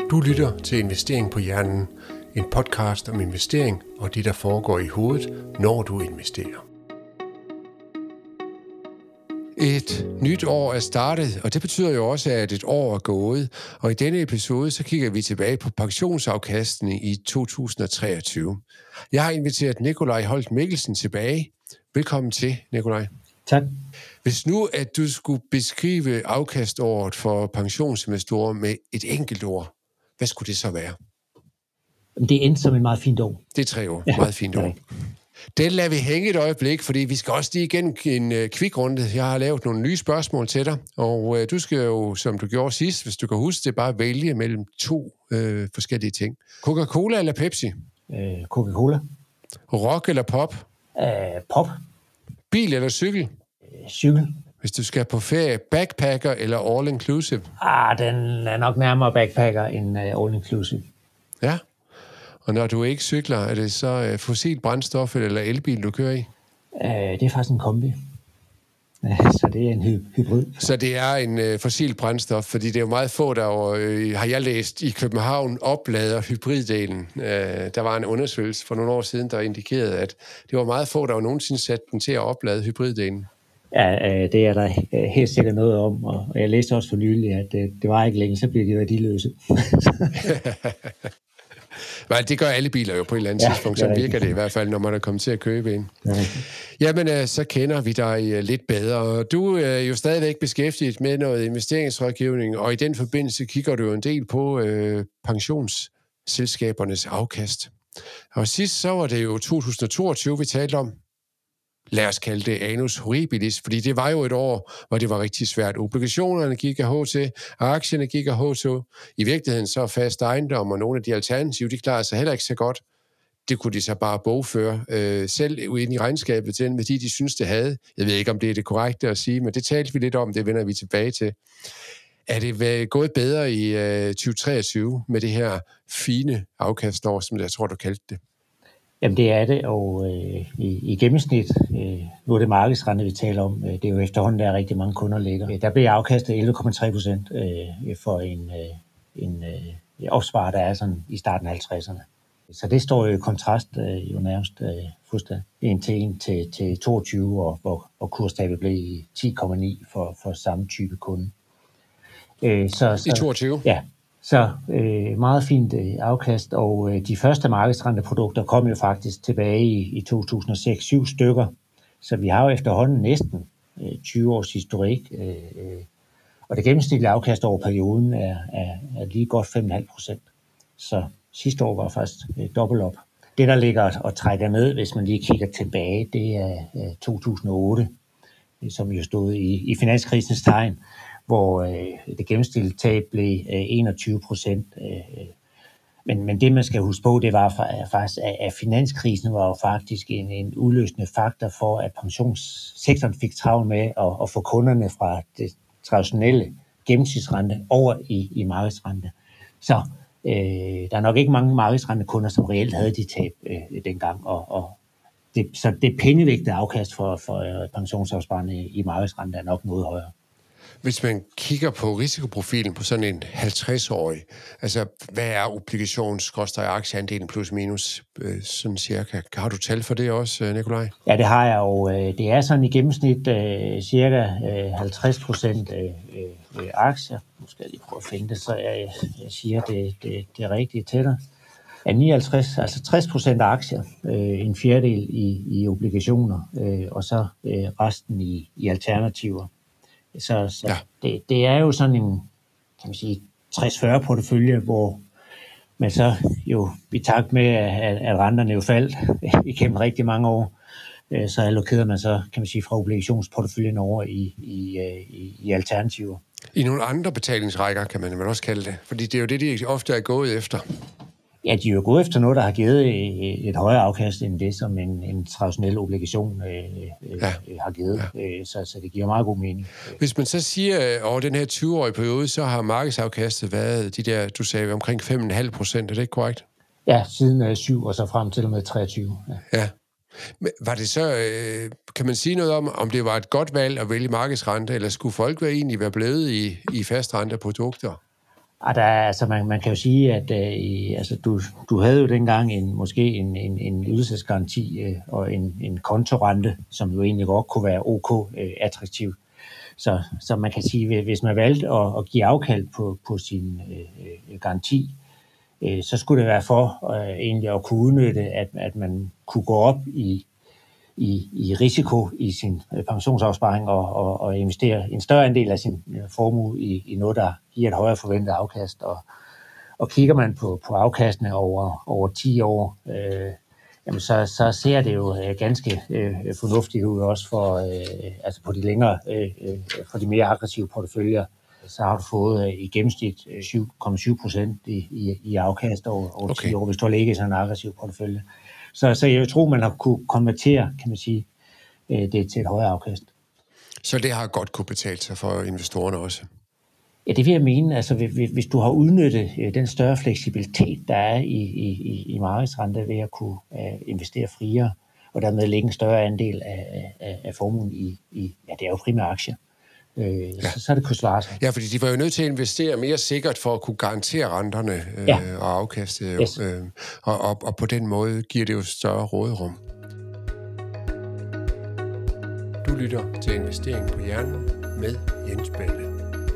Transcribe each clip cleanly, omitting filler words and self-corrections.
Du lytter til Investering på Hjernen, en podcast om investering og det, der foregår i hovedet, når du investerer. Et nyt år er startet, og det betyder jo også, at et år er gået. Og i denne episode, så kigger vi tilbage på pensionsafkasten i 2023. Jeg har inviteret Nikolaj Holt Mikkelsen tilbage. Velkommen til, Nikolaj. Tak. Hvis nu, at du skulle beskrive afkaståret for pensionsinvestorer med et enkelt ord, hvad skulle det så være? Det endte som et meget fint år. Det er 3 år. Ja, meget fint år. Den lader vi hænge et øjeblik, fordi vi skal også lige igen en kvikrunde. Jeg har lavet nogle nye spørgsmål til dig, og du skal jo, som du gjorde sidst, hvis du kan huske det, bare vælge mellem 2 forskellige ting. Coca-Cola eller Pepsi? Coca-Cola. Rock eller pop? Pop. Bil eller cykel? Cykel. Hvis du skal på ferie, backpacker eller all-inclusive? Den er nok nærmere backpacker end all-inclusive. Ja. Og når du ikke cykler, er det så fossilt brændstof eller elbil, du kører i? Det er faktisk en kombi. Så det er en hybrid. Så det er en fossil brændstof, fordi det er jo meget få, der har jeg læst i København, oplader hybriddelen. Der var en undersøgelse for nogle år siden, der indikerede, at det var meget få, der nogensinde satte den til at oplade hybriddelen. Ja, det er der helt sikkert noget om, og jeg læste også for nylig, at det var ikke længe, så bliver de værdiløse. Men det gør alle biler jo på et eller andet tidspunkt, så virker det i hvert fald, når man er kommet til at købe en. Jamen, så kender vi dig lidt bedre. Du er jo stadigvæk beskæftiget med noget investeringsrådgivning, og i den forbindelse kigger du jo en del på pensionsselskabernes afkast. Og sidst så var det jo 2022, vi talte om. Lad os kalde det annus horribilis, fordi det var jo et år, hvor det var rigtig svært. Obligationerne gik af HT, aktierne gik af HT. I virkeligheden så fast ejendom, og nogle af de alternativer, de klarede sig heller ikke så godt. Det kunne de så bare bogføre selv ind i regnskabet til den værdi, de synes, det havde. Jeg ved ikke, om det er det korrekte at sige, men det talte vi lidt om, det vender vi tilbage til. Er det gået bedre i 2023 med det her fine afkastår, som jeg tror, du kaldte det? Jamen det er det, og i gennemsnit, nu er det markedsrente, vi taler om, det er jo efterhånden, der er rigtig mange kunder ligger. Der bliver afkastet 11,3% for en opsparer, der er sådan i starten af 50'erne. Så det står jo i kontrast jo nærmest fuldstændig en til 22, hvor kurstabet blev 10,9 for samme type kunde. I 22? Ja. Så meget fint afkast, og de første markedsrenteprodukter kom jo faktisk tilbage i 2006, 7 stykker. Så vi har jo efterhånden næsten 20 års historik, og det gennemsnitlige afkast over perioden er lige godt 5,5%. Så sidste år var faktisk dobbelt op. Det, der ligger og trækker ned, hvis man lige kigger tilbage, det er 2008, som jo stod i finanskrisens tegn, hvor det gennemsnitlige tab blev 21%. Men det, man skal huske på, det var faktisk, at finanskrisen var jo faktisk en udløsende faktor for, at pensionssektoren fik travlt med at få kunderne fra det traditionelle gennemsnitsrente over i markedsrente. Så der er nok ikke mange markedsrentekunder, som reelt havde de tab dengang, så det pengevægtede afkast for pensionsopsparerne i markedsrente er nok noget højere. Hvis man kigger på risikoprofilen på sådan en 50-årig, altså hvad er obligations-aktieandelen plus minus sådan cirka? Har du tal for det også, Nikolaj? Ja, det har jeg jo. Det er sådan i gennemsnit cirka 50% aktier. Nu skal jeg lige prøve at finde det, så jeg siger det rigtige til dig. Ja, 59, altså 60% aktier, en fjerdedel i obligationer, og så resten i alternativer. Så ja. Det er jo sådan en, kan man sige, 60-40 portefølje, hvor man så jo i takt med, at renterne jo faldt igennem rigtig mange år, så allokerer man så, kan man sige, fra obligationsporteføljen over i alternativer. I nogle andre betalingsrækker, kan man også kalde det, fordi det er jo det, de ofte er gået efter. Ja, de er jo gået efter noget, der har givet et højere afkast end det, som en traditionel obligation har givet. Ja. Så det giver meget god mening. Hvis man så siger, over den her 20-årige periode, så har markedsafkastet været de der, du sagde, omkring 5,5%. Er det ikke korrekt? Ja, siden 7 og så frem til og med 23. Ja. Men var det så, kan man sige noget om det var et godt valg at vælge markedsrente, eller skulle folk egentlig være blevet i fastrenteprodukter? Altså man kan jo sige, at altså du havde jo dengang måske en ydelsesgaranti og en kontorente, som jo egentlig godt kunne være ok attraktiv. Så man kan sige, at hvis man valgte at give afkald på sin garanti, så skulle det være for egentlig at kunne udnytte, at man kunne gå op i risiko i sin pensionsopsparing og investere en større andel af sin formue i noget, der giver et højere forventet afkast. Og kigger man på afkastene over 10 år, jamen så ser det jo ganske fornuftigt ud også for altså på de længere, for de mere aggressive porteføljer. Så har du fået i gennemsnit 7,7% i afkast over 10 år, hvis du har ligget i sådan en aggressiv portefølje. Så jeg tror, man har kunne konvertere, kan man sige, det til et højere afkast. Så det har godt kunne betale sig for investorerne også? Ja, det vil jeg mene. Altså, hvis du har udnyttet den større fleksibilitet, der er i markedsrente ved at kunne investere friere, og dermed lægge en større andel af formuen i det er jo primært aktier, så er det kunne svare sig. Ja, fordi de var jo nødt til at investere mere sikkert for at kunne garantere renterne og afkastet. Yes. Og på den måde giver det jo større råderum. Du lytter til Investering på Hjernen med Jens Balle.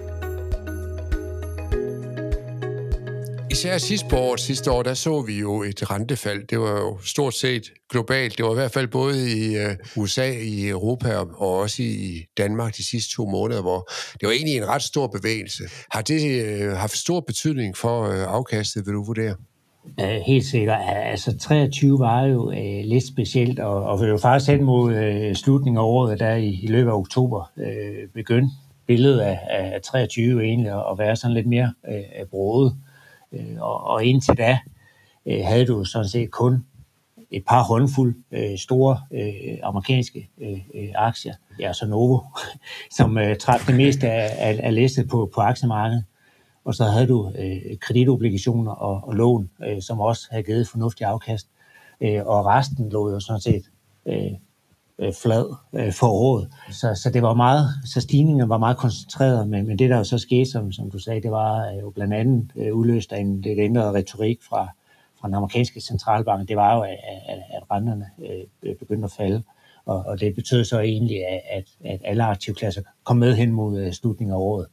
Især sidste år, der så vi jo et rentefald. Det var jo stort set globalt. Det var i hvert fald både i USA, i Europa og også i Danmark de sidste 2 måneder, hvor det var egentlig en ret stor bevægelse. Har det haft stor betydning for afkastet, vil du vurdere? Helt sikkert. Altså 23 var jo lidt specielt, og vi jo faktisk hen mod slutningen af året, der i løbet af oktober begyndte billedet af 23 egentlig at være sådan lidt mere broget. Og indtil da havde du sådan set kun et par håndfuld store amerikanske aktier, ja, så Novo, som trak det meste af læsset på aktiemarkedet. Og så havde du kreditobligationer og lån, som også havde givet fornuftig afkast. Og resten lå jo sådan set flad for året. Så det var meget, så stigningen var meget koncentreret, men det der jo så skete, som du sagde, det var jo blandt andet udløst af en lidt ændret retorik fra den amerikanske centralbank. Det var jo, at renterne begyndte at falde, og det betød så egentlig, at alle aktivklasser kom med hen mod slutningen af året.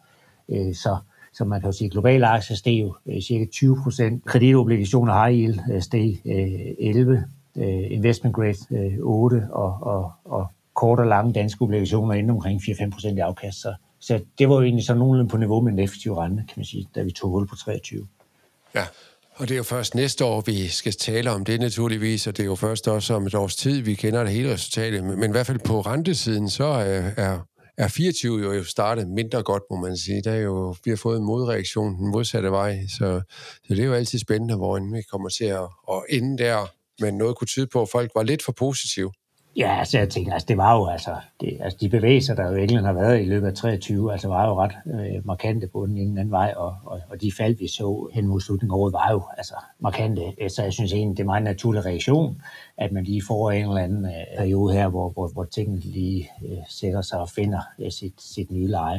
Så man kan jo sige, at globale aktier steg jo cirka 20%, kreditobligationer high yield steg 11%, investment grade 8 og kort og lange danske obligationer inden omkring 4-5% i afkast. Så det var jo egentlig sådan nogenlunde på niveau med en effektiv rente, kan man sige, da vi tog hul på 23. Ja, og det er jo først næste år, vi skal tale om det naturligvis, og det er jo først også om et års tid, vi kender det hele resultatet. Men i hvert fald på rentesiden, så er 24 jo startet mindre godt, må man sige. Vi har fået en modreaktion den modsatte vej, så det er jo altid spændende, hvor vi kommer til at ende der. Men noget kunne tyde på, at folk var lidt for positive. Ja, altså jeg tænker, det var jo de bevægelser, der jo England har været i løbet af 23, altså var jo ret markante på den ene eller anden vej, og de fald, vi så hen mod slutningen af året, var jo markante. Så jeg synes egentlig, det er meget en naturlig reaktion, at man lige får en eller anden periode her, hvor tingene lige sætter sig og finder sit nye leje.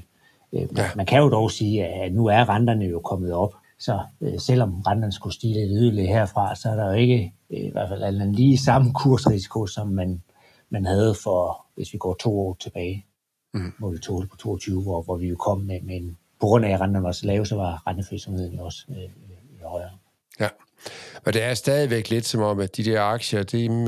Man kan jo dog sige, at nu er renterne jo kommet op, så selvom renterne skulle stige lidt yderligere herfra, så er der jo ikke i hvert fald en lige samme kursrisiko, som man havde for, hvis vi går 2 år tilbage, hvor vi tog det på 22, hvor vi jo kom med en, på grund af at renterne var så lave, så var rentefølsomheden jo også højere. Ja. Og det er stadigvæk lidt som om, at de der aktier,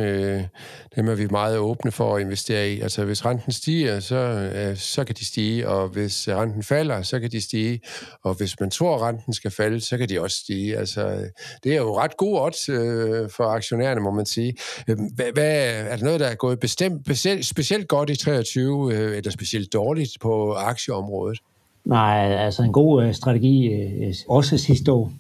dem er vi meget åbne for at investere i. Altså hvis renten stiger, så kan de stige, og hvis renten falder, så kan de stige. Og hvis man tror, at renten skal falde, så kan de også stige. Altså det er jo ret gode odds for aktionærerne, må man sige. Er der noget, der er gået specielt godt i 23, eller specielt dårligt på aktieområdet? Nej, altså en god strategi, også sidste år,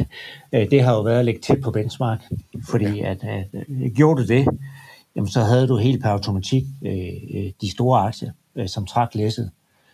det har jo været at lægge tæt på benchmark, fordi at gjorde du det, jamen så havde du helt per automatik de store aktier, som trak læsset.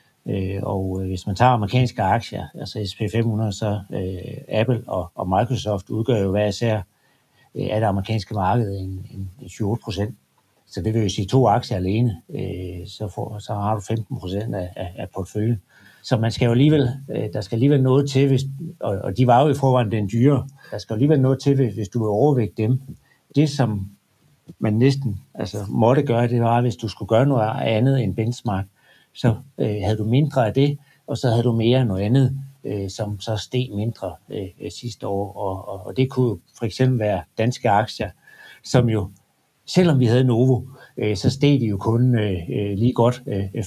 Og hvis man tager amerikanske aktier, altså S&P 500, så Apple og Microsoft udgør jo hver især af det amerikanske marked en 28%. Så det vil jo sige 2 aktier alene, så har du 15% af porteføljen. Så man skal jo alligevel, der skal alligevel noget til, hvis, og de var jo i forvejen den dyre, der skal alligevel noget til, hvis du vil overvægte dem. Det, som man næsten måtte gøre, det var, hvis du skulle gøre noget andet end benchmark, så havde du mindre af det, og så havde du mere af noget andet, som så steg mindre sidste år. Og det kunne for eksempel være danske aktier, som jo, selvom vi havde Novo, så steg de jo kun lige godt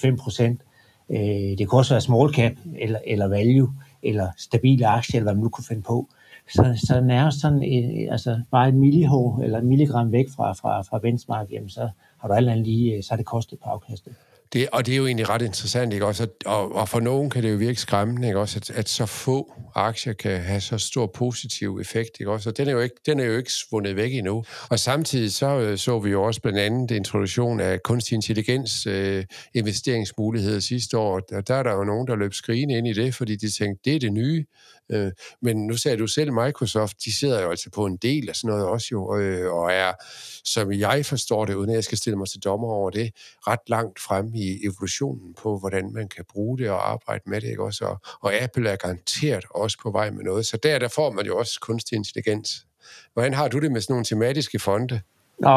5%. Det kunne også være small cap, eller value, eller stabile aktier, eller hvad man nu kunne finde på. Så nærmest sådan, bare et millihår eller et milligram væk fra benchmark, jamen så har du alt andet lige, så er det kostet på afkastet. Det er jo egentlig ret interessant, ikke også? Og for nogen kan det jo virke skræmmende, ikke også? At så få aktier kan have så stor positiv effekt, ikke også? Og den er jo ikke svundet væk endnu. Og samtidig så vi jo også blandt andet introduktion af kunstig intelligens investeringsmuligheder sidste år. Og der er der jo nogen, der løb skrigende ind i det, fordi de tænkte, det er det nye. Men nu sagde du selv, Microsoft, de sidder jo altså på en del af sådan noget også jo, og er, som jeg forstår det, uden at jeg skal stille mig til dommer over det, ret langt frem i evolutionen på, hvordan man kan bruge det og arbejde med det, ikke også? Og Apple er garanteret også på vej med noget, så der får man jo også kunstig intelligens. Hvordan har du det med sådan nogle tematiske fonde? Der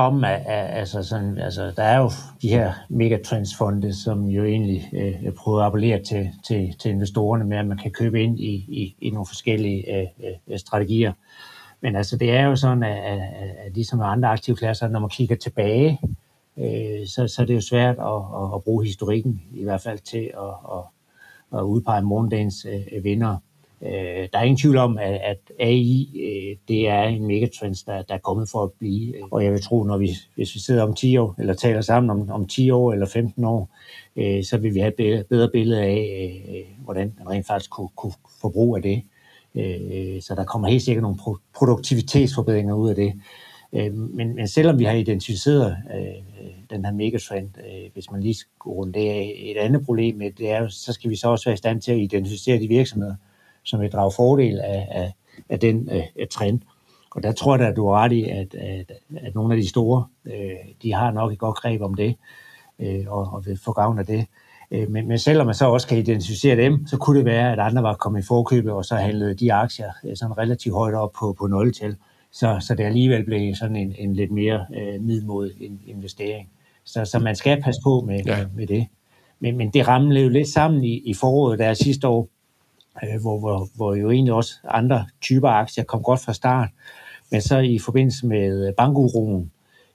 er jo de her megatrends-fonde, som jo egentlig prøver at appellere til investorerne med, at man kan købe ind i nogle forskellige strategier. Men det er jo sådan, at ligesom med andre aktive klasser, når man kigger tilbage, så er det jo svært at bruge historikken, i hvert fald til at udpege morgendagens vinder. Der er ingen tvivl om, at AI, det er en megatrend, der er kommet for at blive. Og jeg vil tro, hvis vi sidder om 10 år, eller taler sammen om 10 år eller 15 år, så vil vi have et bedre billede af, hvordan man rent faktisk kunne forbruge af det. Så der kommer helt sikkert nogle produktivitetsforbedringer ud af det. Men selvom vi har identificeret den her megatrend, hvis man lige skal runde det af, et andet problem med det er, så skal vi så også være i stand til at identificere de virksomheder, som vil drage fordel af den trend. Og der tror jeg, at du har ret i, at nogle af de store, de har nok et godt greb om det, og vil få gavn af det. Men selvom man så også kan identificere dem, så kunne det være, at andre var kommet i forkøbet, og så handlede de aktier sådan relativt højt op på 0-tal. Så det alligevel blev sådan en lidt mere middelmådig investering. Så man skal passe på med det. Men det ramlede jo lidt sammen i foråret der sidste år, hvor jo egentlig også andre typer aktier kom godt fra start. Men så i forbindelse med bankuroen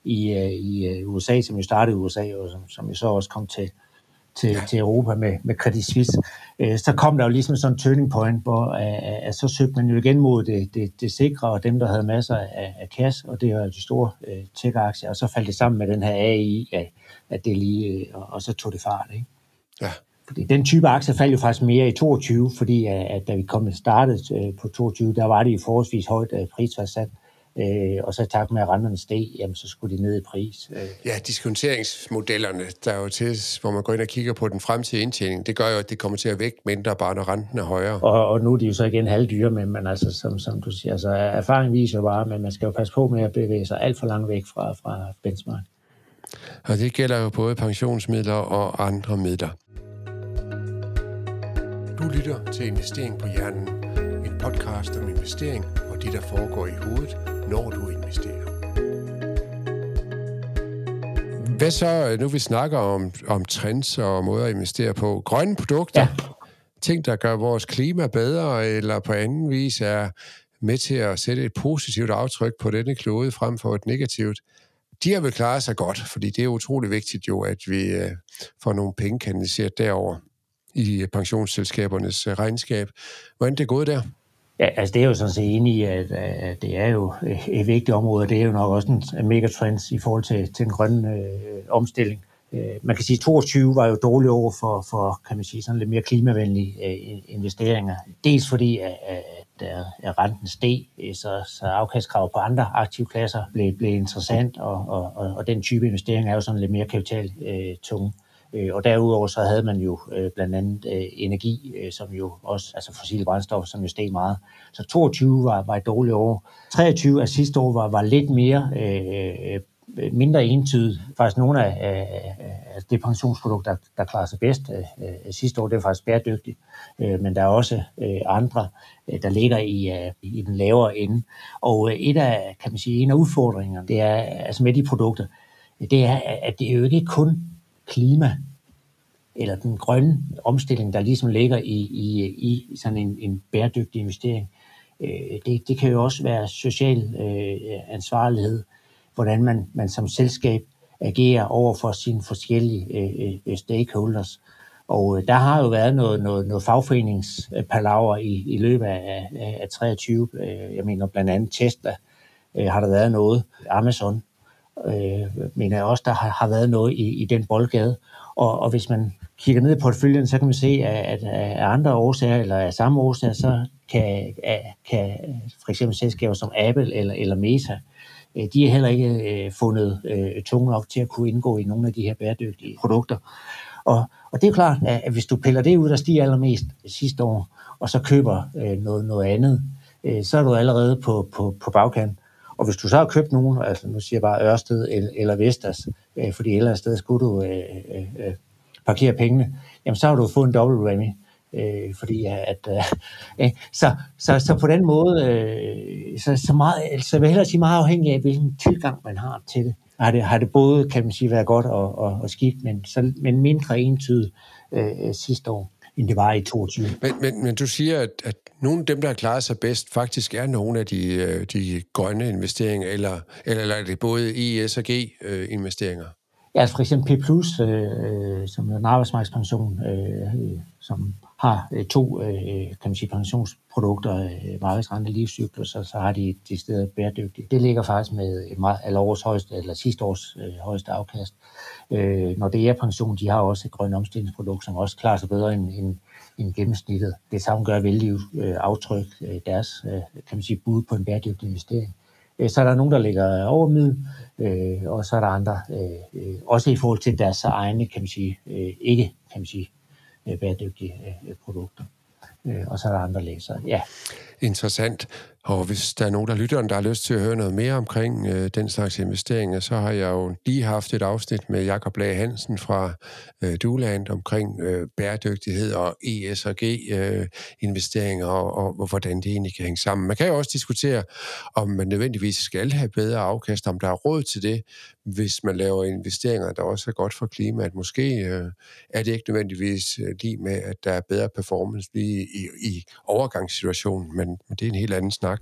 i USA, som jo startede i USA, og som jo så også kom til Europa med Credit Suisse, så kom der jo ligesom sådan en turning point, hvor så søgte man jo igen mod det sikre, og dem, der havde masser af cash, og det var de store tech-aktier, og så faldt det sammen med den her AI, at det lige, og så tog det fart, ikke? Ja. Fordi den type aktier faldt jo faktisk mere i 22, fordi at da vi kom startet på 22, der var det jo forholdsvis højt prisfastsat. Og så i takt med, at renterne steg, jamen, så skulle de ned i pris. Ja, diskonteringsmodellerne, der er jo til, hvor man går ind og kigger på den fremtidige indtjening, det gør jo, at det kommer til at vægte mindre, bare når renten er højere. Og nu er de jo så igen halvdyre, men som du siger, erfaring viser jo bare, men man skal jo passe på med at bevæge sig alt for langt væk fra benchmark. Og det gælder jo både pensionsmidler og andre midler. Du lytter til Investering på Hjernen, en podcast om investering og det, der foregår i hovedet, når du investerer. Hvad så, nu vi snakker om trends og måder at investere på? Grønne produkter, ja. Ting, der gør vores klima bedre, eller på anden vis er med til at sætte et positivt aftryk på denne klode frem for et negativt. De har vel klaret sig godt, fordi det er utrolig vigtigt jo, at vi får nogle penge kanaliseret derover i pensionsselskabernes regnskab. Hvordan er det gået der? Ja, det er jo sådan set enig i, at det er jo et vigtigt område, og det er jo nok også en megatrend i forhold til den grønne omstilling. Man kan sige, at 22 var jo dårligt over for kan man sige, sådan lidt mere klimavenlige investeringer. Dels fordi, at renten steg, så afkastkravet på andre aktive klasser blev interessant, og den type investeringer er jo sådan lidt mere kapitaltunge. Og derudover så havde man jo blandt andet energi, som jo også, altså fossile brændstoffer, som jo steg meget. Så 22 var et dårligt år. 23 af sidste år var lidt mere mindre entydigt. Faktisk nogle af det pensionsprodukt, der klarer sig bedst sidste år, det er faktisk bæredygtigt. Men der er også andre, der ligger i den lavere ende. Og en af udfordringerne, det er altså med de produkter, det er, at det er jo ikke kun klima eller den grønne omstilling, der ligesom ligger i sådan en bæredygtig investering. Det kan jo også være social ansvarlighed, hvordan man som selskab agerer over for sine forskellige stakeholders. Og der har jo været noget fagforeningspalaver i løbet af 23. Jeg mener blandt andet Tesla har der været noget. Amazon mener jeg også, der har været noget i den boldgade. Og hvis man kigger ned i porteføljen, så kan man se, at af andre årsager, eller af samme årsager, så kan for eksempel selskaber som Apple eller Meta, de er heller ikke fundet tunge nok til at kunne indgå i nogle af de her bæredygtige produkter. Og det er jo klart, at hvis du piller det ud, der stiger allermest sidste år, og så køber noget andet, så er du allerede på bagkant. Og hvis du så har købt nogen, altså nu siger jeg bare Ørsted eller Vestas, fordi et eller andet sted skulle du parkere pengene, jamen så har du fået en dobbelt whammy. Fordi så på den måde så meget, altså jeg vil hellere sige meget afhængig af hvilken tilgang man har til det. Har det både, kan man sige, været godt og skidt, men mindre entydigt sidste år, end det var i 22. Men du siger, at nogle af dem, der har klaret sig bedst, faktisk er nogle af de grønne investeringer, eller er det både ES og G-investeringer? Ja, altså for eksempel P+, som er en arbejdsmarkedspension, som har to kan man sige, pensionsprodukter, markedsrente livscyklus, og så har de stedet bæredygtigt. Det ligger faktisk med årets højeste, eller sidste års højeste afkast. Når det er pension, de har også et grønt omstillingsprodukt, som også klarer sig bedre end gennemsnittet. Det samme gør vældig aftryk deres kan man sige, bud på en bæredygtig investering. Så er der nogen, der ligger over middel, og så er der andre, også i forhold til deres egne, kan man sige, ikke kan man sige, bæredygtige produkter. Og så er der andre læsere, ja. Interessant. Og hvis der er nogen, der lytter, der har lyst til at høre noget mere omkring den slags investeringer, så har jeg jo lige haft et afsnit med Jakob Lage Hansen fra Duland omkring bæredygtighed og ES og G-investeringer og hvordan det egentlig kan hænge sammen. Man kan jo også diskutere, om man nødvendigvis skal have bedre afkast, om der er råd til det, hvis man laver investeringer, der også er godt for klimaet. Måske er det ikke nødvendigvis lige med, at der er bedre performance lige i overgangssituationen, men det er en helt anden snak.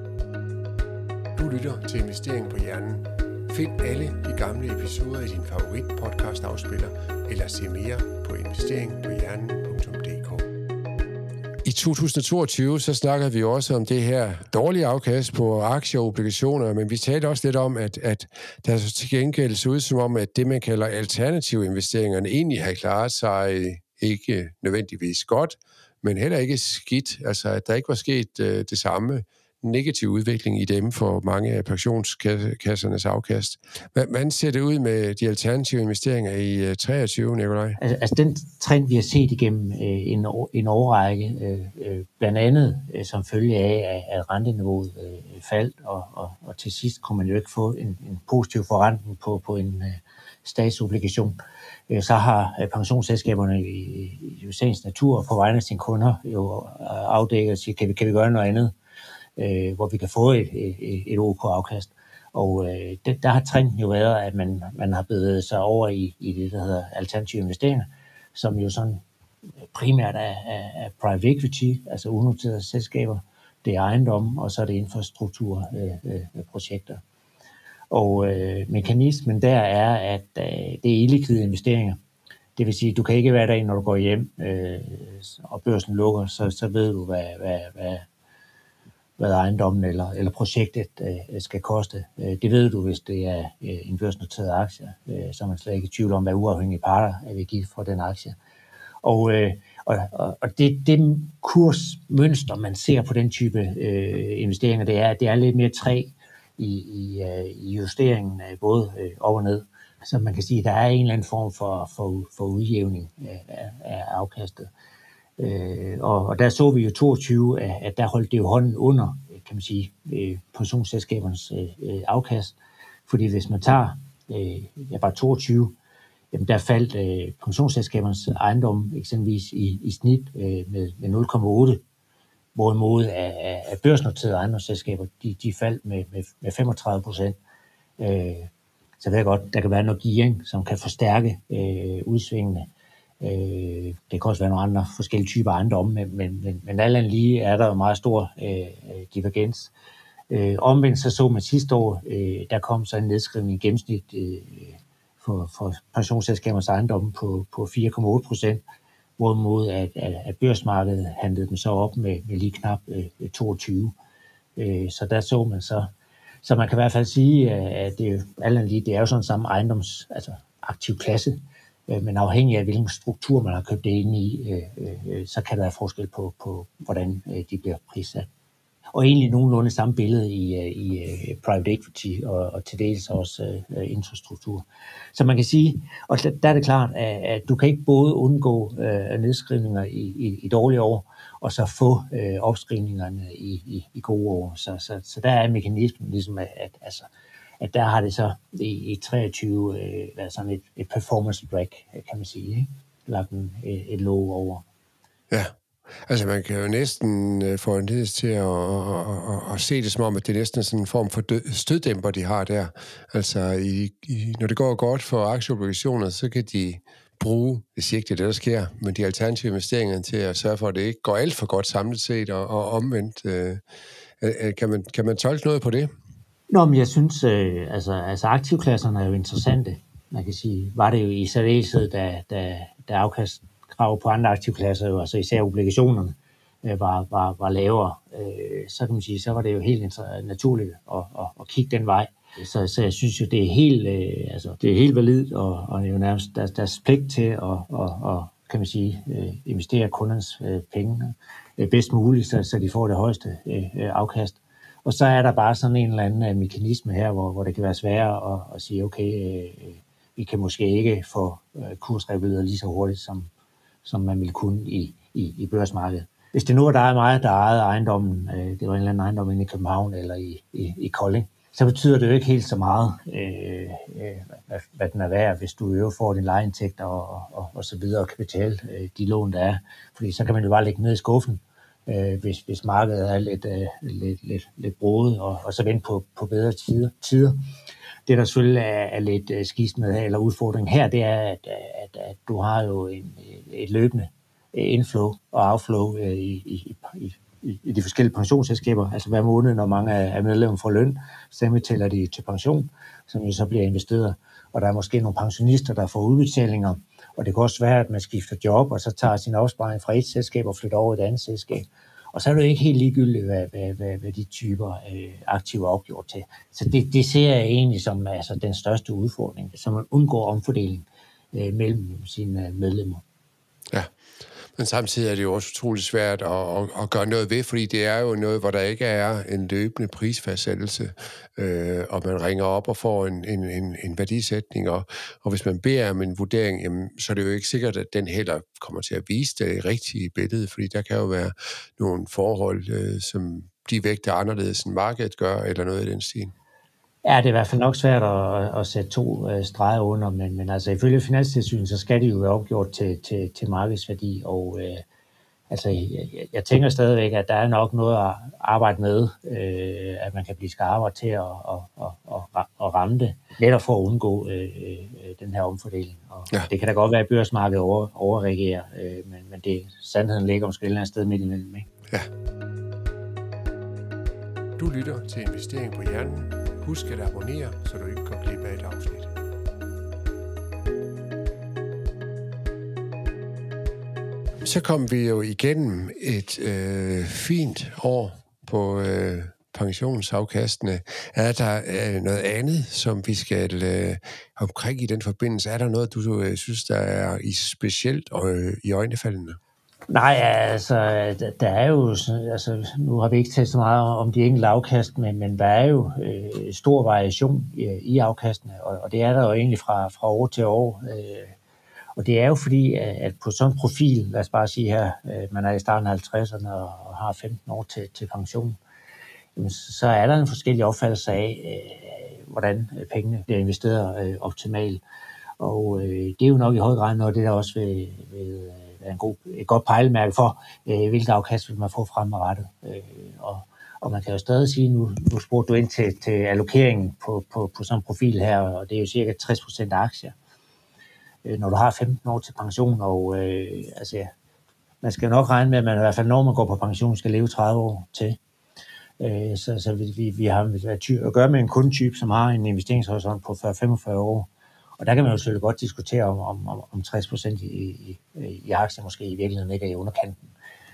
Du lytter til Investering på Hjernen. Find alle de gamle episoder i din favorit podcast afspiller, eller se mere på investeringpohjernen.dk. I 2022 så snakkede vi også om det her dårlige afkast på aktier og obligationer, men vi talte også lidt om, at der så til gengæld så ud som om, at det man kalder alternative investeringerne egentlig har klaret sig ikke nødvendigvis godt, men heller ikke skidt. Altså, at der ikke var sket det samme negativ udvikling i dem for mange af pensionskassernes afkast. Hvordan ser det ud med de alternative investeringer i 23, Nikolaj? Altså den trend, vi har set igennem en årrække, blandt andet som følge af, at renteniveauet faldt, og til sidst kunne man jo ikke få en positiv forrentning på en statsobligation. Så har pensionsselskaberne i sagens natur på vegne af sine kunder jo afdækket og siger, kan vi gøre noget andet, hvor vi kan få et OK afkast. Og der har trenden jo været, at man har bevæget sig over i det, der hedder alternative investeringer, som jo sådan primært er private equity, altså unoterede selskaber, det er ejendom, og så er det infrastrukturprojekter. Og mekanismen der er, at det er illikvide investeringer. Det vil sige, at du kan ikke være der, når du går hjem, og børsen lukker, så ved du, hvad ejendommen eller projektet skal koste. Det ved du, hvis det er en børsnoteret aktie, så er man slet ikke i tvivl om, hvad uafhængige parter vil give for den aktie. Og det kursmønster, man ser på den type investeringer, det er lidt mere træ i justeringen af både op og ned. Så man kan sige, at der er en eller anden form for udjævning af afkastet. Og der så vi jo 22, at der holdt det jo hånden under, kan man sige, pensionsselskabernes afkast. Fordi hvis man tager bare 22, jamen der faldt pensionsselskabernes ejendom eksempelvis i snit med 0,8, hvorimod af børsnoterede ejendomsselskaber, de faldt med 35%. Så ved jeg godt, der kan være noget gearing, som kan forstærke udsvingene. Det kan også være nogle andre forskellige typer ejendomme, men alt andet lige er der jo meget stor divergens. Omvendt så man sidste år, der kom så en nedskrivning i gennemsnit for pensionsselskabers ejendomme på 4,8%, hvorimod at børsmarkedet handlede dem så op med lige knap 22. Så der så man så man kan i hvert fald sige, at det er jo sådan samme aktiv klasse, men afhængig af hvilken struktur man har købt det ind i, så kan der være forskel på hvordan de bliver prissat. Og egentlig nogenlunde samme billede i private equity og til dels også infrastruktur. Så man kan sige, og der er det klart, at du kan ikke både undgå nedskrivninger i dårlige år, og så få opskrivningerne i gode år. Så der er mekanismen ligesom, at der har det så i 23 været sådan et performance break, kan man sige, ikke? Lagt et låg over. Ja. Altså man kan jo næsten få en led til at se det som om, at det er næsten sådan en form for støddæmper, de har der. Altså når det går godt for aktieobligationer, så kan de bruge, det siger ikke det der sker, men de alternative investeringer til at sørge for, at det ikke går alt for godt samlet set, og omvendt. Kan man tolke noget på det? Nå, men jeg synes, aktivklasserne er jo interessante. Man kan sige, var det jo i særdeleshed, da afkastkrav på andre aktivklasser, jo, altså især obligationerne, var lavere. Så kan man sige, så var det jo helt naturligt at kigge den vej. Så jeg synes jo, det er helt validt, og jo nærmest deres pligt til at kan man sige, investere kundernes penge bedst muligt, så de får det højeste afkast. Og så er der bare sådan en eller anden mekanisme her, hvor det kan være sværere at sige, okay, vi kan måske ikke få kursreguleret lige så hurtigt, som man ville kunne i børsmarkedet. Hvis det nu er der meget, der ejede ejendommen, det var en eller anden ejendom inde i København eller i Kolding, så betyder det jo ikke helt så meget, hvad den er værd, hvis du jo får din lejeindtægter og så videre, og kan betale de lån, der er. Fordi så kan man jo bare lægge ned i skuffen, hvis markedet er lidt broget, og så vente på bedre tider. Det, der selvfølgelig er lidt skidt med, eller udfordringen her, det er, at du har jo et løbende inflow og outflow i de forskellige pensionsselskaber. Altså hver måned, når mange af medlemmerne får løn, så tæller de til pension, som jo så bliver investeret. Og der er måske nogle pensionister, der får udbetalinger, og det kan også være, at man skifter job, og så tager sin opsparing fra et selskab og flytter over i et andet selskab. Og så er det jo ikke helt ligegyldigt, hvad de typer aktiver er opgjort til. Så det ser jeg egentlig som den største udfordring, så man undgår omfordeling mellem sine medlemmer. Ja. Men samtidig er det jo også utroligt svært at gøre noget ved, fordi det er jo noget, hvor der ikke er en løbende prisfastsættelse, og man ringer op og får en værdisætning, og hvis man beder om en vurdering, jamen, så er det jo ikke sikkert, at den heller kommer til at vise det rigtige billede, fordi der kan jo være nogle forhold, som de vægter anderledes end markedet gør, eller noget i den stil. Ja, det er i hvert fald nok svært at sætte to streger under, men altså ifølge Finanstilsynet, så skal det jo være opgjort til markedsværdi, og jeg tænker stadigvæk, at der er nok noget at arbejde med, at man kan blive skarpere til at ramme det, netop for at undgå den her omfordeling. Og ja. Det kan da godt være, at børsmarkedet overreagerer, men sandheden ligger måske et eller andet sted midt imellem. Ikke? Ja. Du lytter til Investering på Hjernen. Husk at abonnere, så du ikke går glip af et afsnit. Så kom vi jo igennem et fint år på pensionsafkastene. Er der noget andet, som vi skal omkring i den forbindelse? Er der noget, du synes, der er i specielt i øjnefaldende? Nej, der er jo, nu har vi ikke talt så meget om de enkelte afkast, men der er jo stor variation i afkastene, og det er der jo egentlig fra år til år. Og det er jo fordi, at på sådan en profil, lad os bare sige her, man er i starten af 50'erne og har 15 år til pension, så er der en forskellig opfattelse af, hvordan pengene bliver investeret optimalt. Og det er jo nok i høj grad noget, det der også vil være et godt pejlemærke for, hvilket afkast vil man få fremadrettet. Og man kan jo stadig sige, nu spurgte du ind til allokeringen på sådan en profil her, og det er jo cirka 60% af aktier. Når du har 15 år til pension, og man skal nok regne med, at man i hvert fald, når man går på pension, skal leve 30 år til. Så vi har at gøre med en kundetype, som har en investeringshorisont på 40-45 år. Og der kan man jo selvfølgelig godt diskutere, om 60% i aktier måske i virkeligheden ikke er i underkanten.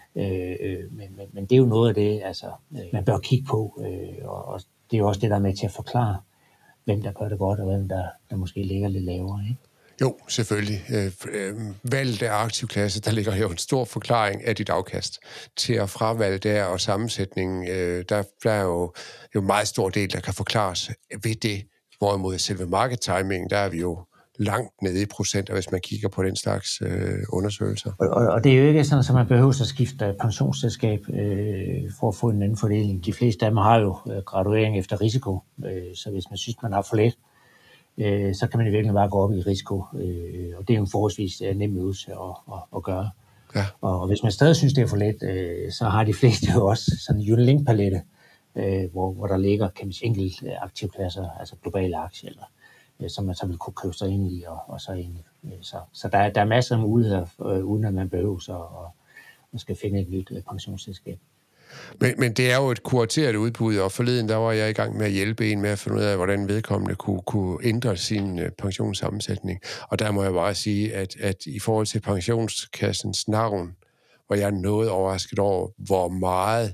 Men det er jo noget af det, man bør kigge på. Og det er jo også det, der er med til at forklare, hvem der gør det godt, og hvem der måske ligger lidt lavere, ikke? Jo, selvfølgelig. Valget af aktivklasse, der ligger jo en stor forklaring af dit afkast. Til at fravalge der og sammensætningen, der er jo meget stor del, der kan forklares ved det. Hvorimod selve market timing, der er vi jo langt nede i procenter, hvis man kigger på den slags undersøgelser. Og det er jo ikke sådan, at man behøver at skifte pensionsselskab for at få en anden fordeling. De fleste af dem har jo graduering efter risiko, så hvis man synes, man har for let, så kan man i virkeligheden bare gå op i risiko, og det er jo en forholdsvis nem øvelse at gøre. Ja. Og hvis man stadig synes, det er for let, så har de fleste jo også sådan en unit-link-palette, hvor der ligger, kan man sige, enkelte aktivklasser, altså globale aktier, som man så vil kunne købe sig ind i, og så ind i. Så der er masser af muligheder, uden at man behøver så at skal finde et nyt pensionsselskab. Men det er jo et kurateret udbud, og forleden der var jeg i gang med at hjælpe en med at finde ud af, hvordan vedkommende kunne ændre sin pensionssammensætning. Og der må jeg bare sige, at i forhold til pensionskassens navn, var jeg noget overrasket over, hvor meget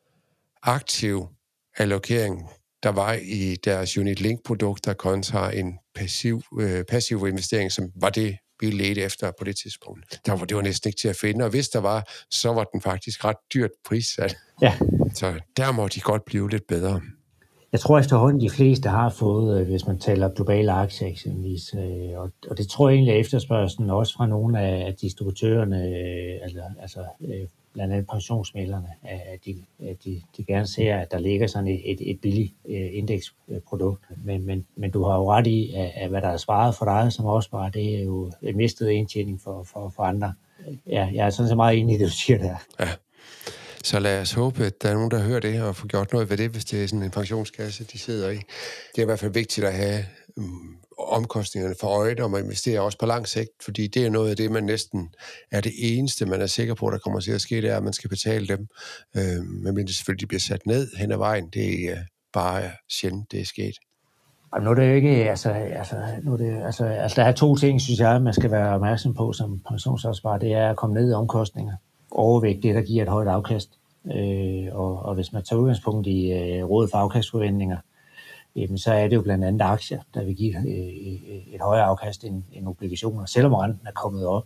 aktiv allokering der var i deres unit-link-produkter kontra en passiv investering, som var det, vi ledte efter på det tidspunkt. Det var næsten ikke til at finde, og hvis der var, så var den faktisk ret dyrt prissat. Ja. Så der må de godt blive lidt bedre. Jeg tror efterhånden, de fleste har fået, hvis man taler globale aktier eksempelvis, og det tror jeg egentlig er efterspørgselen også fra nogle af distributørerne, blandt andet pensionsmæglerne, at de gerne ser, at der ligger sådan et billigt indeksprodukt. Men du har jo ret i, at hvad der er sparet for dig som opsparer, det er jo en mistet indtjening for andre. Ja, jeg er sådan så meget enig i det, du siger der. Ja. Så lad os håbe, at der er nogen, der hører det og får gjort noget ved det, hvis det er sådan en pensionskasse, de sidder i. Det er i hvert fald vigtigt at have omkostningerne for øje, og man investerer også på lang sigt, fordi det er noget af det, man næsten er det eneste, man er sikker på, der kommer til at ske, det er, at man skal betale dem. Men det selvfølgelig bliver sat ned hen ad vejen. Det er bare sjældent, det er sket. Nu er det jo ikke, der er to ting, synes jeg, man skal være opmærksom på som pensionsopsparer. Det er at komme ned i omkostninger. Overvægt det, der giver et højt afkast. Og hvis man tager udgangspunkt i rådet for afkastforventninger, så er det jo blandt andet aktier, der vil give et højere afkast end obligationer, selvom renten er kommet op.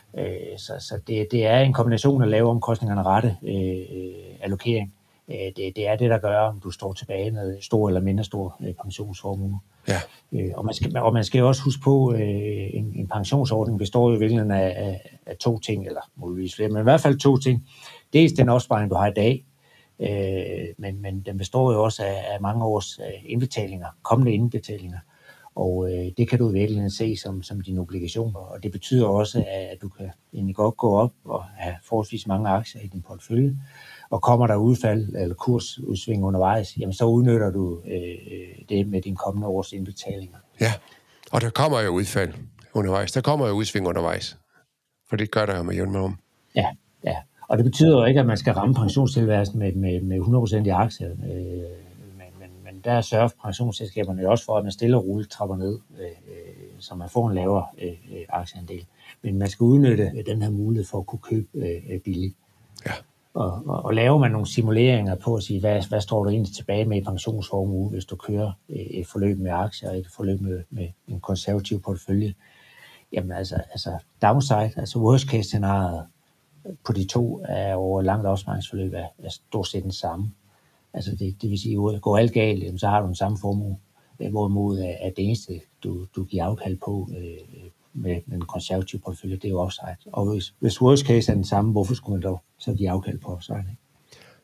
Så det er en kombination af lave omkostninger og rette allokering. Det er det, der gør, om du står tilbage med stor eller mindre stor pensionsformue. Ja. Og man skal jo også huske på, en pensionsordning består jo i virkeligheden af to ting, eller muligvis flere, men i hvert fald to ting. Dels den opsparing, du har i dag, men den består jo også af mange års indbetalinger, kommende indbetalinger. Og det kan du i virkeligheden se som dine obligationer. Og det betyder også, at du kan egentlig godt gå op og have forholdsvis mange aktier i din portefølje. Og kommer der udfald eller kursudsving undervejs, jamen så udnytter du det med dine kommende års indbetalinger. Ja, og der kommer jo udfald undervejs. Der kommer jo udsving undervejs. For det gør der jo med jævn mellemrum. Ja. Og det betyder jo ikke, at man skal ramme pensionstilværelsen med 100% i aktier. Men der sørger pensionsselskaberne også for, at man stille og roligt trapper ned, så man får en lavere aktieandel. Men man skal udnytte den her mulighed for at kunne købe billigt. Ja. Og laver man nogle simuleringer på at sige, hvad står du egentlig tilbage med i pensionsformue, hvis du kører et forløb med aktier, et forløb med en konservativ portefølje. Jamen altså downside, altså worst case scenariet på de to er over langt opsparingsforløb er stort set den samme. Altså det vil sige, at går alt galt, så har du den samme formue, hvorimod at det eneste, du giver afkald på med en konservativ portefølje, det er jo offside. Og hvis worst case er den samme, hvorfor skulle man dog så give afkald på offside?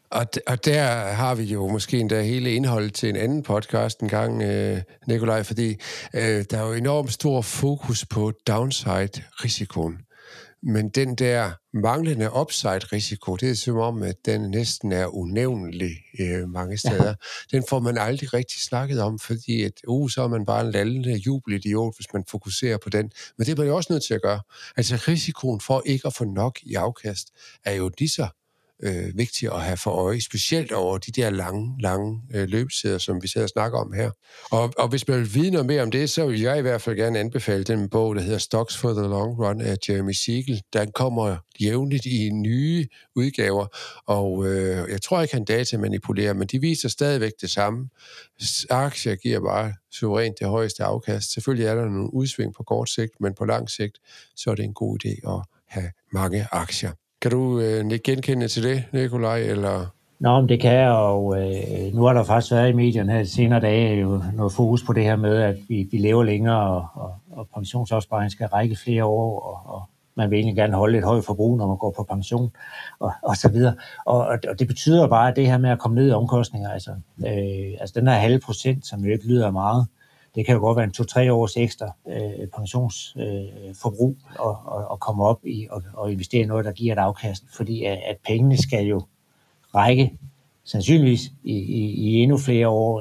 Og der har vi jo måske endda hele indholdet til en anden podcast en gang, Nikolaj, fordi der er jo enormt stor fokus på downside-risikoen. Men den der manglende upside-risiko, det er som om, at den næsten er unævnelig mange steder. Den får man aldrig rigtig snakket om, fordi at, så er man bare en lallende jubelidiot, hvis man fokuserer på den. Men det er man jo også nødt til at gøre. Altså risikoen for ikke at få nok i afkast er jo lige så vigtigt at have for øje, specielt over de der lange løbesider, som vi sidder og snakker om her. Og hvis man vil vide noget mere om det, så vil jeg i hvert fald gerne anbefale den bog, der hedder Stocks for the Long Run af Jeremy Siegel. Den kommer jævnligt i nye udgaver, og jeg tror ikke, han datamanipulerer, men de viser stadigvæk det samme. Aktier giver bare suverænt det højeste afkast. Selvfølgelig er der nogle udsving på kort sigt, men på lang sigt, så er det en god idé at have mange aktier. Kan du genkende til det, Nikolaj, eller? Nå, men det kan jeg, og nu har der faktisk været i medierne her de senere dage jo noget fokus på det her med, at vi lever længere, og pensionsopsparing skal række flere år, og man vil egentlig gerne holde et højt forbrug, når man går på pension, og så videre. Og det betyder bare, at det her med at komme ned i omkostninger, altså den her 0,5%, som jo ikke lyder meget, det kan jo godt være en 2-3 års ekstra pensionsforbrug og komme op i og investere i noget, der giver et afkast, fordi at pengene skal jo række sandsynligvis i endnu flere år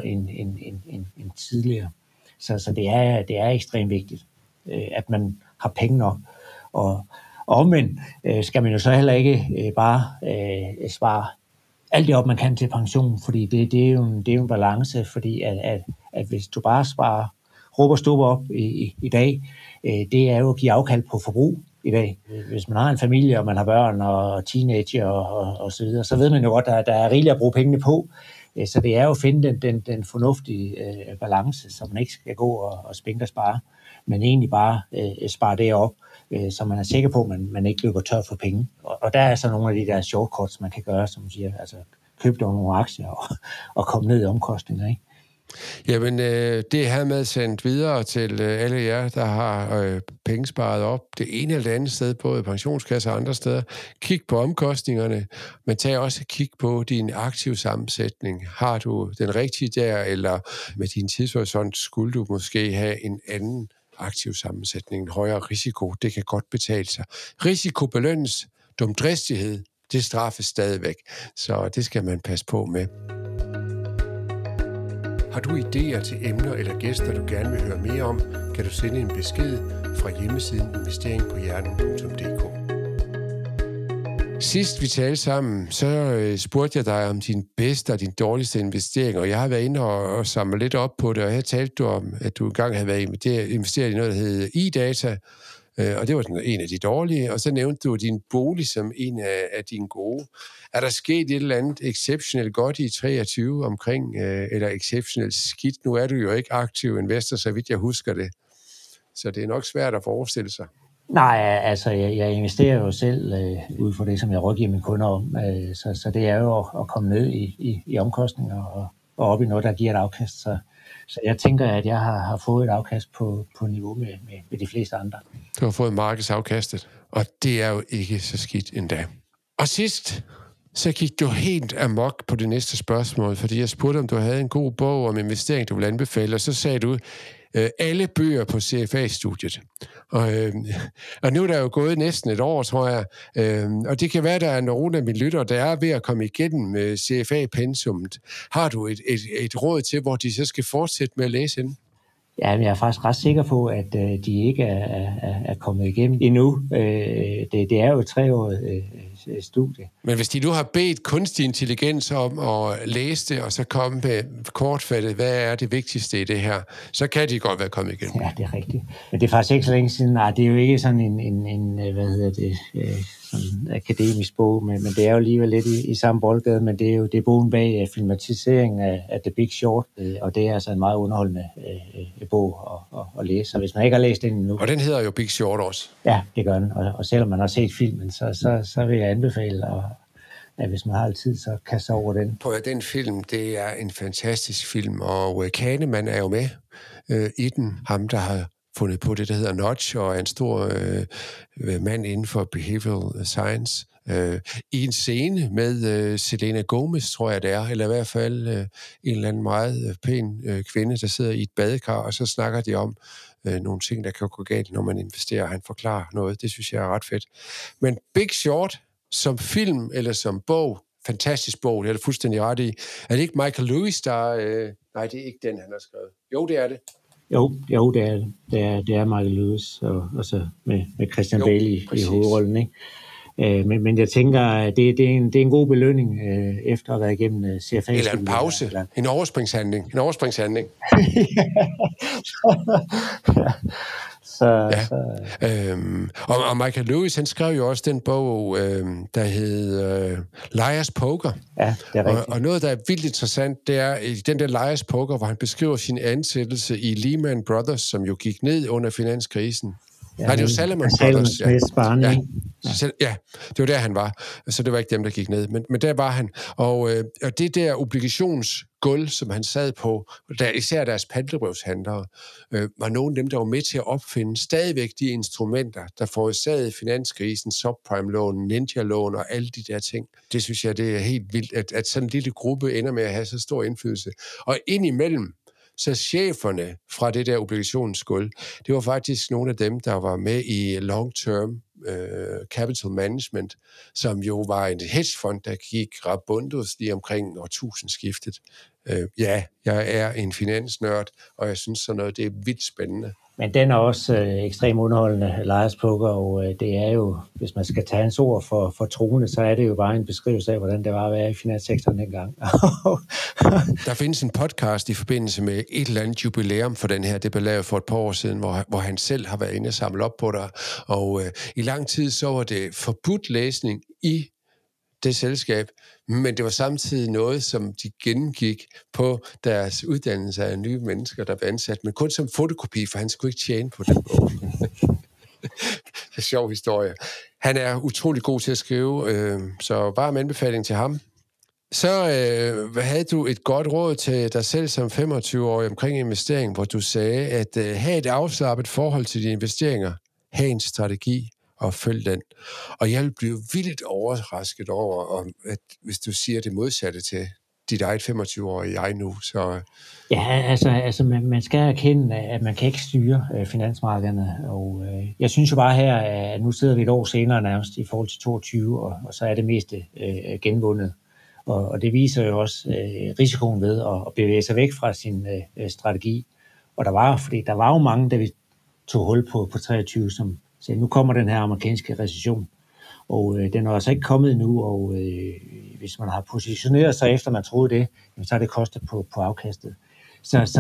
end tidligere. Så det er ekstremt vigtigt, at man har penge nok. Og omvendt skal man jo så heller ikke bare spare alt det op, man kan til pension, fordi det er jo en balance, fordi at hvis du bare sparer råb og stupper op i dag, det er jo at give afkald på forbrug i dag. Hvis man har en familie, og man har børn og teenager og så videre, så ved man jo godt, at der er rigeligt at bruge pengene på. Så det er jo at finde den fornuftige balance, så man ikke skal gå og spænke og spare, men egentlig bare spare det op, så man er sikker på, at man ikke løber tør for penge. Og der er så nogle af de der shortcuts, man kan gøre, som siger, altså køb dog nogle aktier og komme ned i omkostninger, ikke? Jamen, det er hermed sendt videre til alle jer, der har penge sparet op det ene eller det andet sted, både pensionskasser og andre steder. Kig på omkostningerne, men tag også et kig på din aktive sammensætning. Har du den rigtige der, eller med din tidshorisont skulle du måske have en anden aktiv sammensætning, en højere risiko. Det kan godt betale sig. Risiko belønnes, dumdristighed, det straffes stadigvæk, så det skal man passe på med. Har du idéer til emner eller gæster, du gerne vil høre mere om, kan du sende en besked fra hjemmesiden investeringpohjernen.dk. Sidst vi talte sammen, så spurgte jeg dig om din bedste og din dårligste investering, og jeg har været inde og samlet lidt op på det, og her talte du om, at du engang havde været investeret i noget, der hedder iData, og det var en af de dårlige, og så nævnte du din bolig som en af dine gode. Er der sket et eller andet exceptionelt godt i 23 omkring, eller exceptionelt skidt? Nu er du jo ikke aktiv investor, så vidt jeg husker det. Så det er nok svært at forestille sig. Nej, altså jeg investerer jo selv ud fra det, som jeg rådgiver mine kunder om. Så det er jo at komme ned i omkostninger og op i noget, der giver et afkast. Så jeg tænker, at jeg har fået et afkast på niveau med de fleste andre. Du har fået markedsafkastet, og det er jo ikke så skidt endda. Og sidst, så gik du helt amok på det næste spørgsmål, fordi jeg spurgte, om du havde en god bog om investering, du ville anbefale, og så sagde du, alle bøger på CFA-studiet. Og nu er der jo gået næsten et år, tror jeg, og det kan være, der er nogle af mine lyttere, der er ved at komme igennem med CFA-pensummet. Har du et råd til, hvor de så skal fortsætte med at læse inden? Ja, men jeg er faktisk ret sikker på, at de ikke er kommet igennem endnu. Det er jo et 3-årigt studie. Men hvis de nu har bedt kunstig intelligens om at læse det, og så komme med kortfattet, hvad er det vigtigste i det her, så kan de godt være kommet igennem. Ja, det er rigtigt. Men det er faktisk ikke så længe siden. Nej, det er jo ikke sådan en sådan akademisk bog, men det er jo alligevel lidt i samme boldgade, men det er bogen bag filmatiseringen af The Big Short, og det er altså en meget underholdende bog at læse. Så hvis man ikke har læst den endnu... Og den hedder jo Big Short også. Ja, det gør den, og selvom man har set filmen, så vil jeg anbefale, at hvis man har tid, så kaste over den. På den film, det er en fantastisk film, og Kahneman er jo med i den. Ham, der har fundet på det, der hedder Nudge, og er en stor mand inden for behavioral science. i en scene med Selena Gomez, tror jeg det er, eller i hvert fald en eller anden meget pæn kvinde, der sidder i et badekar, og så snakker de om nogle ting, der kan gå galt, når man investerer. Han forklarer noget. Det synes jeg er ret fedt. Men Big Short, som film eller som bog, fantastisk bog, det er det fuldstændig ret i. Er det ikke Michael Lewis, der... nej, det er ikke den, han har skrevet. Jo, det er det. Jo, det er det. Det er Michael Lewis, og så med Christian Bale i hovedrollen, ikke? Men jeg tænker, at det er en god belønning efter at have været igennem CFA. Eller en pause. Eller... En overspringshandling. Og Michael Lewis, han skrev jo også den bog, der hed Liar's Poker. Ja, det er rigtigt. Og noget, der er vildt interessant, det er i den der Liar's Poker, hvor han beskriver sin ansættelse i Lehman Brothers, som jo gik ned under finanskrisen. Ja, nej, det var Salomon Brothers. Ja, det var der, han var. Så det var ikke dem, der gik ned. Men der var han. Og det der obligationsgulv, som han sad på, der især deres pantebrevshandlere, var nogle af dem, der var med til at opfinde stadigvæk de instrumenter, der forårsagede finanskrisen, subprime-lån, ninja-lån og alle de der ting. Det synes jeg, det er helt vildt, at sådan en lille gruppe ender med at have så stor indflydelse. Og indimellem, så cheferne fra det der obligationsgulv, det var faktisk nogle af dem, der var med i long-term capital management, som jo var en hedgefond, der gik rabundus lige omkring årtusindskiftet. Ja, jeg er en finansnørd, og jeg synes sådan noget, det er vildt spændende. Men den er også ekstremt underholdende, Liar's Poker, og det er jo, hvis man skal tage hans ord for troende, så er det jo bare en beskrivelse af, hvordan det var at være i finanssektoren dengang. Der findes en podcast i forbindelse med et eller andet jubilæum for den her, det blev lavet for et par år siden, hvor han selv har været inde og samle op på det, og i lang tid så var det forbudt læsning i det selskab, men det var samtidig noget, som de gennemgik på deres uddannelse af nye mennesker, der var ansat, men kun som fotokopi, for han skulle ikke tjene på den bog. Det er sjov historie. Han er utrolig god til at skrive, så varm anbefaling til ham. Så havde du et godt råd til dig selv som 25-årig omkring investering, hvor du sagde, at have et afslappet forhold til dine investeringer, have en strategi, og følg den. Og jeg vil blive vildt overrasket over, at hvis du siger det modsatte til dit eget 25-årige jeg nu, så... Ja, altså man skal erkende, at man kan ikke styre finansmarkederne, og jeg synes jo bare her, at nu sidder vi et år senere nærmest i forhold til 22, og så er det meste genvundet. Og det viser jo også risikoen ved at bevæge sig væk fra sin strategi. Og der var jo mange, der vi tog hul på 23, som så nu kommer den her amerikanske recession, og den er altså ikke kommet endnu, og hvis man har positioneret sig efter, man troede det, så er det kostet på afkastet. Så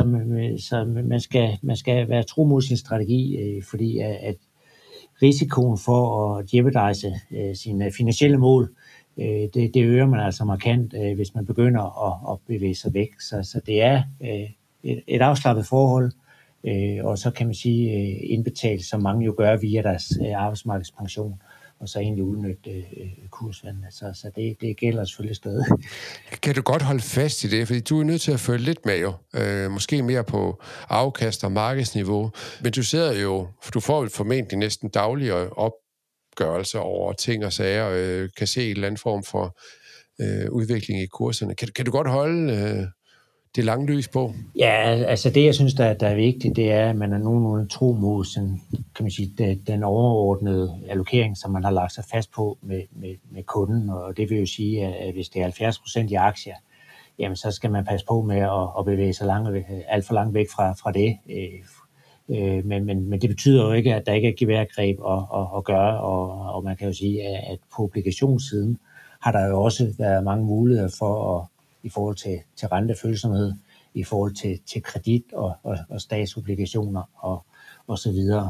man skal være tro mod sin strategi, fordi at risikoen for at jeopardize sine finansielle mål, det øger man altså markant, hvis man begynder at bevæge sig væk. Så det er et afslappet forhold, og så kan man sige indbetale, som mange jo gør via deres arbejdsmarkedspension, og så egentlig udnytte kursvandene. Så det gælder selvfølgelig stadig. Kan du godt holde fast i det? Fordi du er nødt til at følge lidt med jo. Måske mere på afkast og markedsniveau. Men du sidder jo, for du får jo formentlig næsten daglige opgørelser over ting og sager, kan se en eller anden form for udvikling i kurserne. Kan du godt holde det lange lys på? Ja, altså det, jeg synes, der er vigtigt, det er, at man er nogenlunde tro mod sådan, kan man sige, den overordnede allokering, som man har lagt sig fast på med kunden. Og det vil jo sige, at hvis det er 70% i aktier, jamen så skal man passe på med at bevæge sig alt for langt væk fra det. Men det betyder jo ikke, at der ikke er geværgreb at gøre, og man kan jo sige, at på obligationssiden har der jo også været mange muligheder for i forhold til rentefølsomhed, i forhold til kredit og statsobligationer og så videre.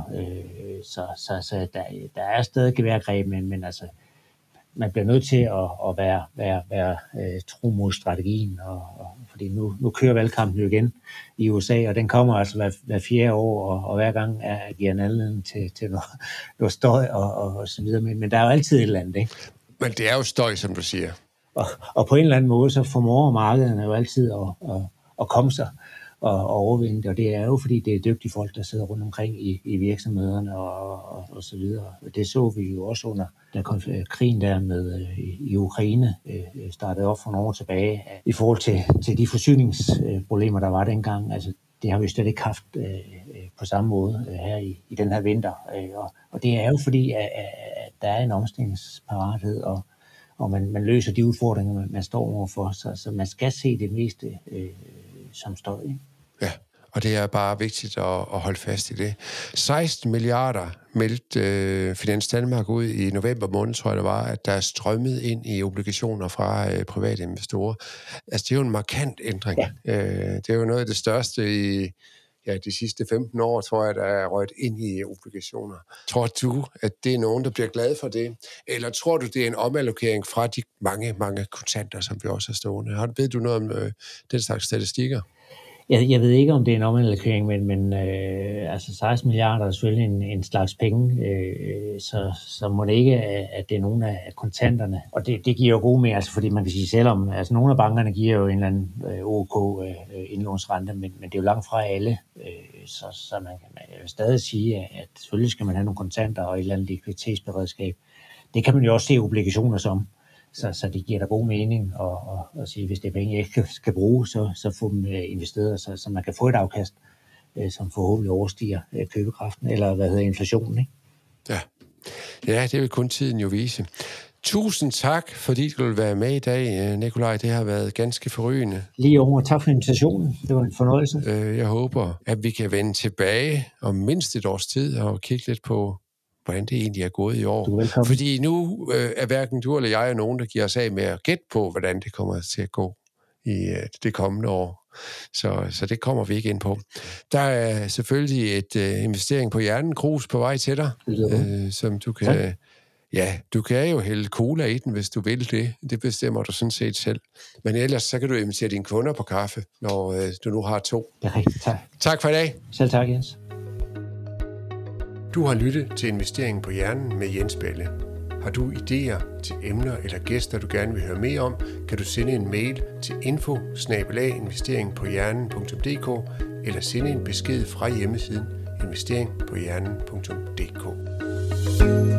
Så der er stadig geværgreb, men altså man bliver nødt til at være tro mod strategien, fordi nu kører valgkampen jo igen i USA, og den kommer altså hver 4. år, og hver gang giver en anledning til noget støj og så videre, men der er jo altid et eller andet, ikke? Men det er jo støj, som du siger. Og på en eller anden måde, så formår markederne jo altid at komme sig. overvinde det, og det er jo fordi, det er dygtige folk, der sidder rundt omkring i virksomhederne og så videre. Det så vi jo også under, da krigen der med i Ukraine startede op for nogle år tilbage, i forhold til de forsyningsproblemer, der var dengang. Altså, det har vi jo slet ikke haft på samme måde her i den her vinter. Og det er jo fordi, at der er en omstillingsparathed, og man løser de udfordringer, man står overfor. Så man skal se det meste som støj. Ja, og det er bare vigtigt at holde fast i det. 16 milliarder meldte Finans Danmark ud i november måned, tror jeg det var, at der er strømmet ind i obligationer fra private investorer. Altså, det er jo en markant ændring. Ja. Det er jo noget af det største i de sidste 15 år, tror jeg, der er røget ind i obligationer. Tror du, at det er nogen, der bliver glad for det? Eller tror du, det er en omallokering fra de mange kontanter, som vi også har stående? Ved du noget om den slags statistikker? Jeg ved ikke, om det er en omallokering, men altså 16 milliarder er selvfølgelig en slags penge, så må det ikke, at det er nogle af kontanterne. Og det giver jo god mere, altså fordi man kan sige, selvom altså nogle af bankerne giver jo en eller anden OK indlånsrente, men det er jo langt fra alle. Så man kan stadig sige, at selvfølgelig skal man have nogle kontanter og et eller andet likviditetsberedskab. Det kan man jo også se obligationer som. Så det giver da god mening at sige, hvis det er penge, jeg ikke skal bruge, så få dem investeret, så man kan få et afkast, som forhåbentlig overstiger købekraften, eller inflationen, ikke? Ja, det vil kun tiden jo vise. Tusind tak, fordi du vil være med i dag, Nikolaj. Det har været ganske forrygende. Lige over. Tak for invitationen. Det var en fornøjelse. Jeg håber, at vi kan vende tilbage om mindst et års tid og kigge lidt på, hvordan det egentlig er gået i år. Fordi nu er hverken du eller jeg nogen, der giver os af med at gætte på, hvordan det kommer til at gå i det kommende år. Så det kommer vi ikke ind på. Der er selvfølgelig et investering på hjernen, Krus, på vej til dig, som du kan... Tak. Ja, du kan jo hælde cola i den, hvis du vil det. Det bestemmer du sådan set selv. Men ellers så kan du invitere dine kunder på kaffe, når du nu har 2. Det er rigtigt, tak. Tak for i dag. Selv tak, Jens. Du har lyttet til Investeringen på Hjernen med Jens Balle. Har du idéer til emner eller gæster, du gerne vil høre mere om, kan du sende en mail til info@investeringpohjernen.dk eller sende en besked fra hjemmesiden investeringpohjernen.dk.